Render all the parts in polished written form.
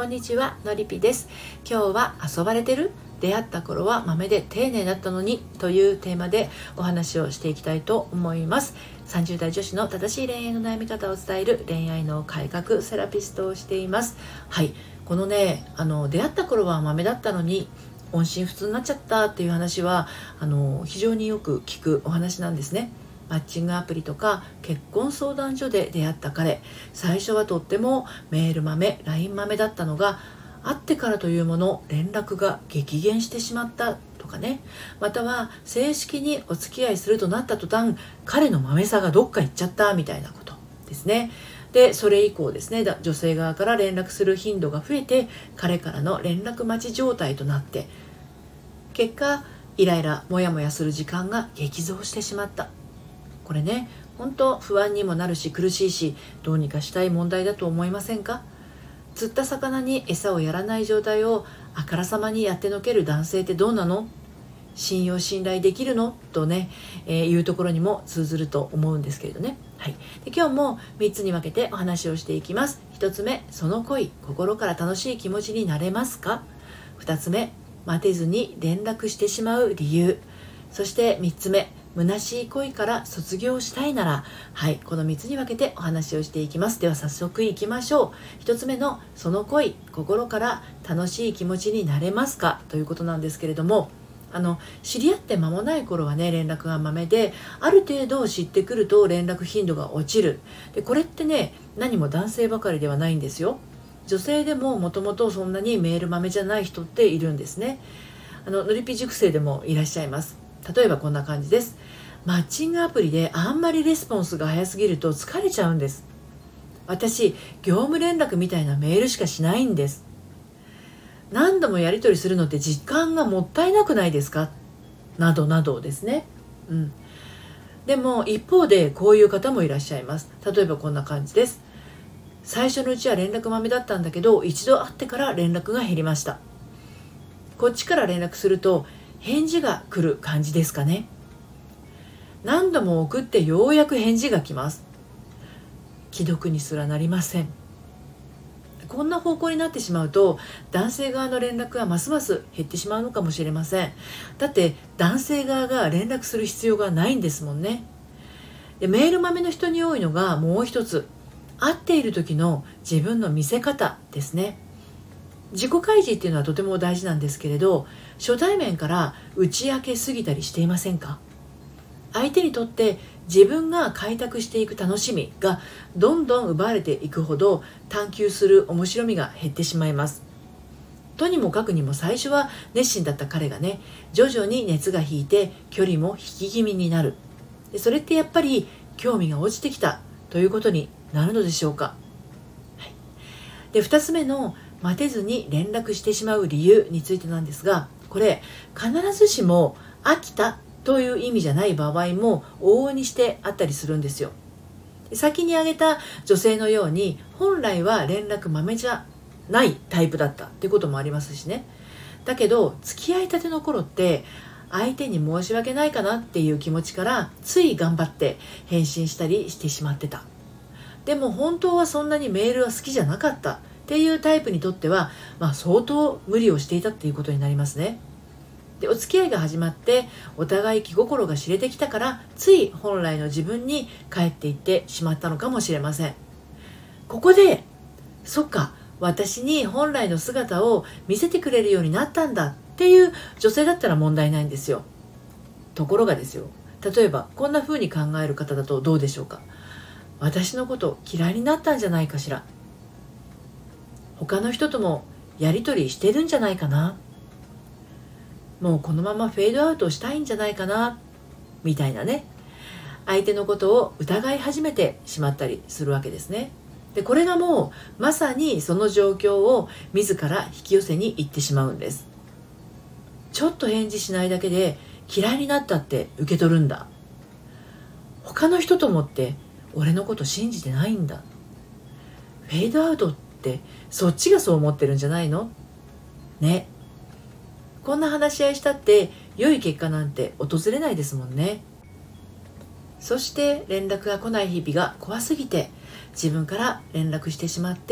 んにちは、のりぴです。今日は遊ばれてる？出会った頃は豆で丁寧だったのにというテーマでお話をしていきたいと思います。30代女子の正しい恋愛の悩み方を伝える恋愛の改革セラピストをしています。はい、このね、出会った頃は豆だったのに音信不通になっちゃったっていう話は非常によく聞くお話なんですね。マッチングアプリとか結婚相談所で出会った彼、最初はとってもメール豆、LINE 豆だったのが、会ってからというもの連絡が激減してしまったとかね、または正式にお付き合いするとなった途端、彼の豆さがどっか行っちゃったみたいなことですね。でそれ以降ですね、女性側から連絡する頻度が増えて、彼からの連絡待ち状態となって、結果イライラモヤモヤする時間が激増してしまった。これね、本当不安にもなるし苦しいし、どうにかしたい問題だと思いませんか？釣った魚に餌をやらない状態をあからさまにやってのける男性ってどうなの？信用信頼できるの？とね、いうところにも通ずると思うんですけれどね。はい、で今日も3つに分けてお話をしていきます。1つ目、その恋、心から楽しい気持ちになれますか？2つ目、待てずに連絡してしまう理由。そして3つ目、虚しい恋から卒業したいなら。はい、この3つに分けてお話をしていきます。では早速いきましょう。1つ目のその恋、心から楽しい気持ちになれますかということなんですけれども、知り合って間もない頃はね、連絡がまめで、ある程度知ってくると連絡頻度が落ちる。でこれってね、何も男性ばかりではないんですよ。女性でももともとそんなにメールまめじゃない人っているんですね。のりぴ塾生でもいらっしゃいます。例えばこんな感じです。マッチングアプリであんまりレスポンスが早すぎると疲れちゃうんです。私、業務連絡みたいなメールしかしないんです。何度もやり取りするのって時間がもったいなくないですか？などなどですね。でも一方でこういう方もいらっしゃいます。例えばこんな感じです。最初のうちは連絡まめだったんだけど、一度会ってから連絡が減りました。こっちから連絡すると返事が来る感じですかね。何度も送ってようやく返事が来ます。既読にすらなりません。こんな方向になってしまうと、男性側の連絡はますます減ってしまうのかもしれません。だって男性側が連絡する必要がないんですもんね。でメールまめの人に多いのがもう一つ、会っている時の自分の見せ方ですね。自己開示っていうのはとても大事なんですけれど、初対面から打ち明けすぎたりしていませんか？相手にとって自分が開拓していく楽しみがどんどん奪われていくほど、探求する面白みが減ってしまいます。とにもかくにも最初は熱心だった彼がね、徐々に熱が引いて距離も引き気味になる。でそれってやっぱり興味が落ちてきたということになるのでしょうか。で2つ目の待てずに連絡してしまう理由についてなんですが、これ必ずしも飽きたという意味じゃない場合も往々にしてあったりするんですよ。先に挙げた女性のように、本来は連絡まめじゃないタイプだったっていうこともありますしね。だけど付き合いたての頃って相手に申し訳ないかなっていう気持ちからつい頑張って返信したりしてしまってた。でも本当はそんなにメールは好きじゃなかったっていうタイプにとっては、相当無理をしていたっていうことになりますね。でお付き合いが始まってお互い気心が知れてきたから、つい本来の自分に帰っていってしまったのかもしれません。ここでそっか、私に本来の姿を見せてくれるようになったんだっていう女性だったら問題ないんですよ。ところがですよ、例えばこんな風に考える方だとどうでしょうか。私のこと嫌いになったんじゃないかしら。他の人ともやり取りしてるんじゃないかな。もうこのままフェードアウトしたいんじゃないかな、みたいなね。相手のことを疑い始めてしまったりするわけですね。でこれがもうまさにその状況を自ら引き寄せに行ってしまうんです。ちょっと返事しないだけで嫌いになったって受け取るんだ。他の人ともって俺のこと信じてないんだ。フェードアウトってそっちがそう思ってるんじゃないのね。こんな話し合いしたって良い結果なんて訪れないですもんね。そして連絡が来ない日々が怖すぎて、自分から連絡してしまって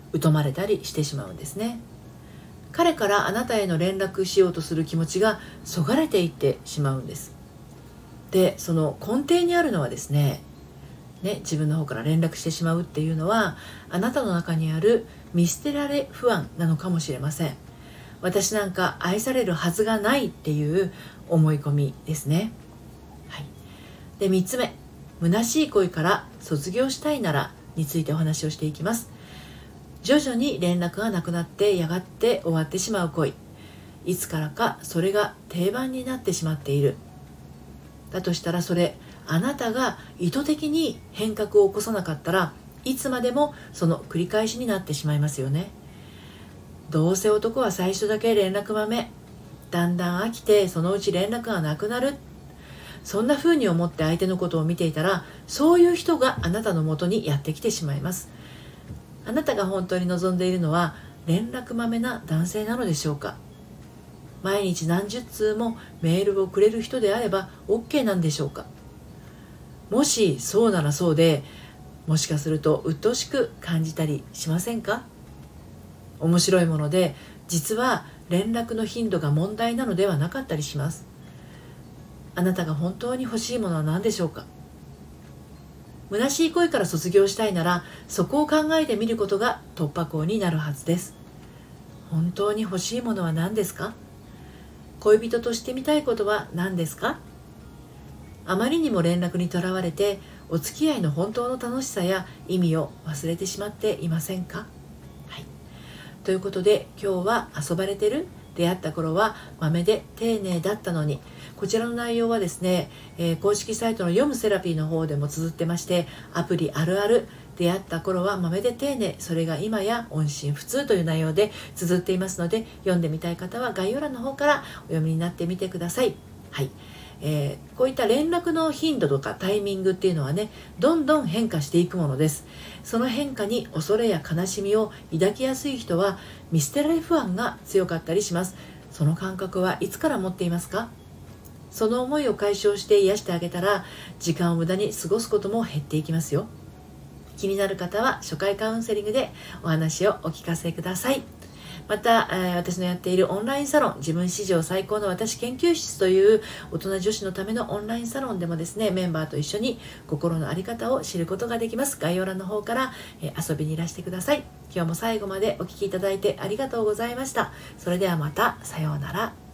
疎まれたりしてしまうんですね。彼からあなたへの連絡しようとする気持ちがそがれていってしまうんです。で、その根底にあるのはですね、自分の方から連絡してしまうっていうのは、あなたの中にある見捨てられ不安なのかもしれません。私なんか愛されるはずがないっていう思い込みですね。はい。で、3つ目、虚しい恋から卒業したいならについてお話をしていきます。徐々に連絡がなくなってやがて終わってしまう恋、いつからかそれが定番になってしまっている。だとしたら、それあなたが意図的に変革を起こさなかったらいつまでもその繰り返しになってしまいますよね。どうせ男は最初だけ連絡まめ、だんだん飽きてそのうち連絡がなくなる、そんな風に思って相手のことを見ていたら、そういう人があなたの元にやってきてしまいます。あなたが本当に望んでいるのは連絡まめな男性なのでしょうか。毎日何十通もメールをくれる人であれば OK なんでしょうか。もしそうならそうで、もしかすると鬱陶しく感じたりしませんか。面白いもので、実は連絡の頻度が問題なのではなかったりします。あなたが本当に欲しいものは何でしょうか。虚しい恋から卒業したいなら、そこを考えてみることが突破口になるはずです。本当に欲しいものは何ですか。恋人としてみたいことは何ですか。あまりにも連絡にとらわれて、お付き合いの本当の楽しさや意味を忘れてしまっていませんか。はい。ということで、今日は遊ばれてる？出会った頃はまめで丁寧だったのに、こちらの内容はですね、公式サイトの読むセラピーの方でも綴ってまして、アプリあるある、出会った頃はまめで丁寧、それが今や音信不通という内容で綴っていますので、読んでみたい方は概要欄の方からお読みになってみてください。はい。こういった連絡の頻度とかタイミングっていうのはね、どんどん変化していくものです。その変化に恐れや悲しみを抱きやすい人は見捨てられ不安が強かったりします。その感覚はいつから持っていますか。その思いを解消して癒してあげたら、時間を無駄に過ごすことも減っていきますよ。気になる方は初回カウンセリングでお話をお聞かせください。また、私のやっているオンラインサロン、自分史上最高の私研究室という大人女子のためのオンラインサロンでもですね、メンバーと一緒に心の在り方を知ることができます。概要欄の方から、遊びにいらしてください。今日も最後までお聞きいただいてありがとうございました。それではまた、さようなら。